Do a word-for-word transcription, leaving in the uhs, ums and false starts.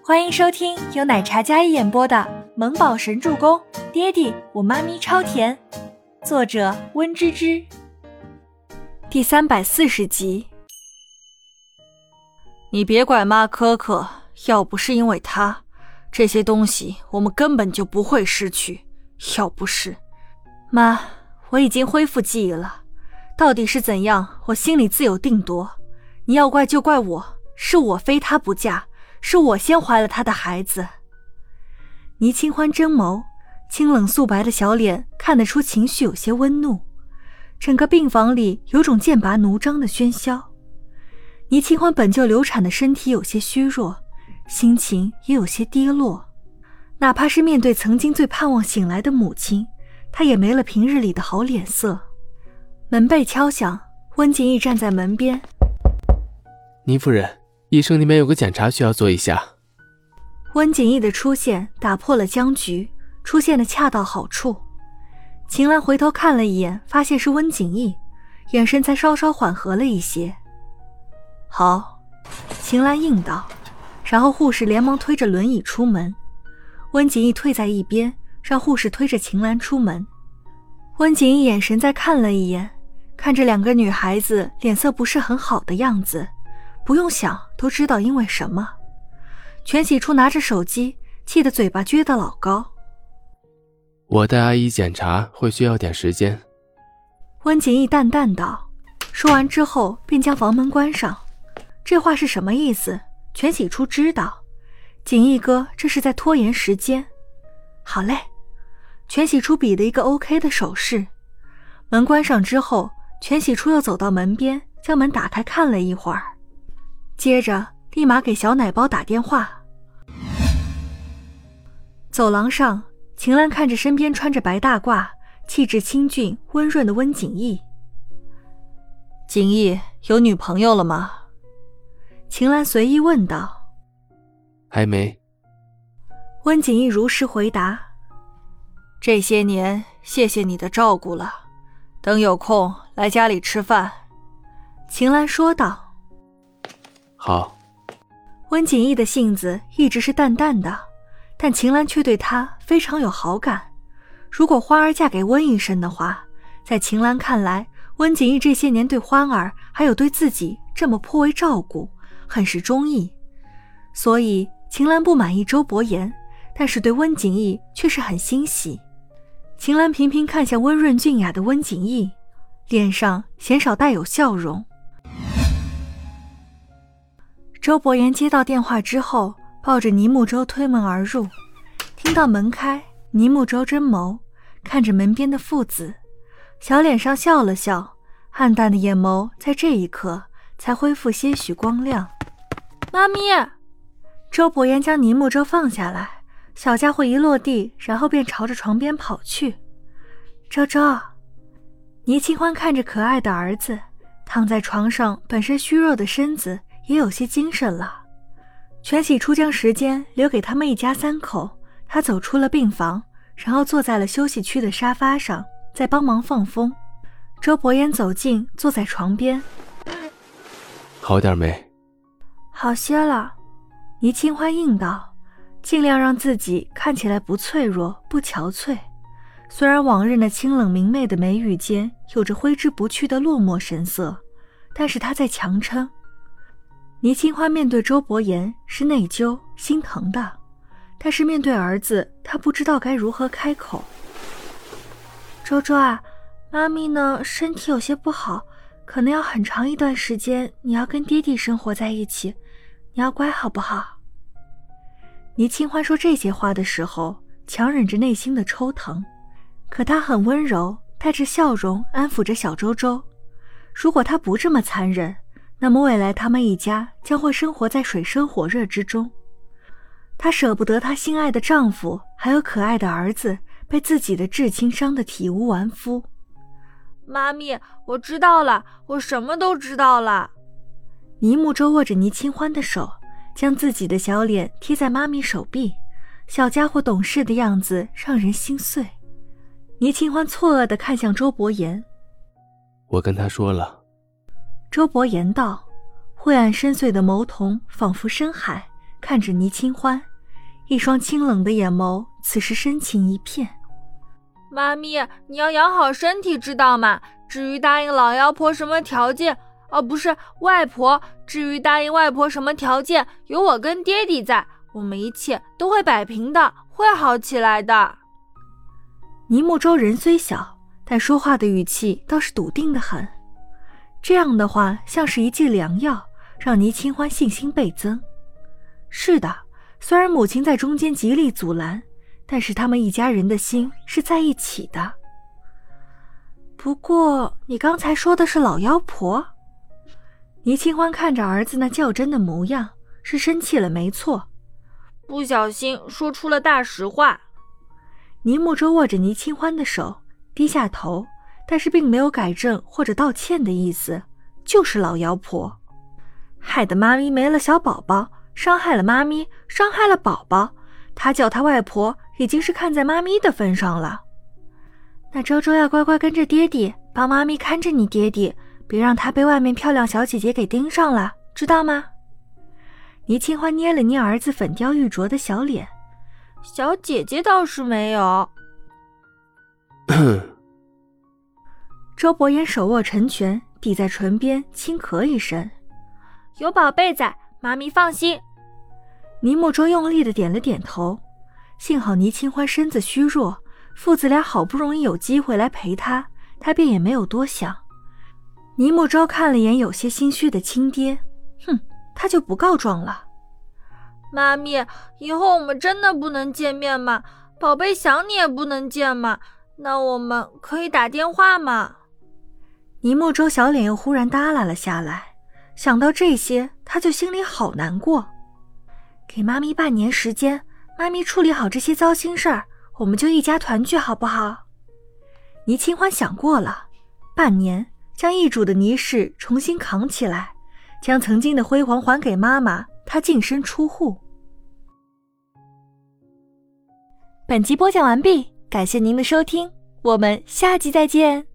欢迎收听由奶茶嘉一演播的《萌宝神助攻》，爹地我妈咪超甜，作者温芝芝。第三百四十集。 你别怪妈苛刻，要不是因为她，这些东西我们根本就不会失去。要不是…… 妈，我已经恢复记忆了，到底是怎样，我心里自有定夺。你要怪就怪我，是我非她不嫁，是我先怀了她的孩子。倪清欢睁眸，清冷素白的小脸看得出情绪有些温怒，整个病房里有种剑拔弩张的喧嚣。倪清欢本就流产的身体有些虚弱，心情也有些低落，哪怕是面对曾经最盼望醒来的母亲，她也没了平日里的好脸色。门被敲响，温景逸站在门边。 倪夫人，医生那边有个检查需要做一下。 温景逸的出现打破了僵局，出现的恰到好处。秦岚回头看了一眼，发现是温景逸，眼神才稍稍缓和了一些。好，秦岚应道，然后护士连忙推着轮椅出门。温景逸退在一边，让护士推着秦岚出门。温景逸眼神再看了一眼，看着两个女孩子脸色不是很好的样子，不用想都知道因为什么。全喜初拿着手机，气得嘴巴撅得老高。 我带阿姨检查会需要点时间。 温景逸淡淡道，说完之后便将房门关上。这话是什么意思？全喜初知道，景逸哥这是在拖延时间。好嘞，全喜初比了一个 OK 的手势。门关上之后，全喜初又走到门边，将门打开看了一会儿，接着立马给小奶包打电话。走廊上，秦岚看着身边穿着白大褂、气质清俊温润的温景逸。 景逸有女朋友了吗？ 秦岚随意问道。 还没。 温景逸如实回答。 这些年谢谢你的照顾了，等有空来家里吃饭。 秦岚说道。 好。 温景逸的性子一直是淡淡的，但秦岚却对他非常有好感。如果欢儿嫁给温医生的话，在秦岚看来，温景逸这些年对欢儿还有对自己这么颇为照顾，很是中意。所以秦岚不满意周伯言，但是对温景逸却是很欣喜。秦岚频频看向温润俊雅的温景逸，脸上鲜少带有笑容。周伯言接到电话之后，抱着倪木舟推门而入。听到门开，倪木舟睁眸看着门边的父子，小脸上笑了笑，暗淡的眼眸在这一刻才恢复些许光亮。妈咪！周伯言将倪木舟放下来，小家伙一落地，然后便朝着床边跑去。周周。倪清欢看着可爱的儿子躺在床上，本身虚弱的身子也有些精神了。全喜初将时间留给他们一家三口，他走出了病房，然后坐在了休息区的沙发上，在帮忙放风。周伯言走近，坐在床边。 好点没？ 好些了。倪清欢应道，尽量让自己看起来不脆弱不憔悴。虽然往日那清冷明媚的眉宇间有着挥之不去的落寞神色，但是他在强撑。倪清欢面对周伯言是内疚心疼的，但是面对儿子，他不知道该如何开口。周周啊，妈咪呢身体有些不好，可能要很长一段时间你要跟爹地生活在一起，你要乖好不好？倪清欢说这些话的时候，强忍着内心的抽疼，可他很温柔，带着笑容安抚着小周周。如果他不这么残忍，那么未来他们一家将会生活在水深火热之中。她舍不得她心爱的丈夫还有可爱的儿子被自己的至亲伤得体无完肤。 妈咪，我知道了，我什么都知道了。 倪木舟握着倪清欢的手，将自己的小脸贴在妈咪手臂，小家伙懂事的样子让人心碎。倪清欢错愕地看向周伯言。 我跟他说了。 周伯言道，晦暗深邃的眸瞳仿佛深海， 看着倪清欢，一双清冷的眼眸此时深情一片。 妈咪，你要养好身体知道吗？至于答应老妖婆什么条件，哦不是外婆，至于答应外婆什么条件，有我跟爹地在，我们一切都会摆平的，会好起来的。 倪木舟人虽小，但说话的语气倒是笃定得很。这样的话像是一剂良药，让倪清欢信心倍增。是的，虽然母亲在中间极力阻拦，但是他们一家人的心是在一起的。不过你刚才说的是老妖婆？倪清欢看着儿子那较真的模样，是生气了没错。 不小心说出了大实话。 倪木舟握着倪清欢的手，低下头，但是并没有改正或者道歉的意思，就是老妖婆，害得妈咪没了小宝宝，伤害了妈咪，伤害了宝宝，他叫他外婆已经是看在妈咪的份上了。那周周要乖乖跟着爹地，帮妈咪看着你爹地，别让他被外面漂亮小姐姐给盯上了，知道吗？倪清欢捏了捏儿子粉雕玉琢的小脸， 小姐姐倒是没有。 周伯言手握成拳，抵在唇边轻咳一声， 有宝贝在，妈咪放心。 倪木舟用力地点了点头，幸好倪清欢身子虚弱，父子俩好不容易有机会来陪他，他便也没有多想。倪木舟看了眼有些心虚的亲爹，哼，他就不告状了。 妈咪，以后我们真的不能见面吗？宝贝想你也不能见吗？那我们可以打电话吗？ 倪木舟小脸又忽然耷拉了下来，想到这些他就心里好难过。给妈咪半年时间，妈咪处理好这些糟心事儿，我们就一家团聚好不好？倪清欢想过了，半年将易主的倪氏重新扛起来，将曾经的辉煌还给妈妈，她净身出户。本集播讲完毕，感谢您的收听，我们下集再见。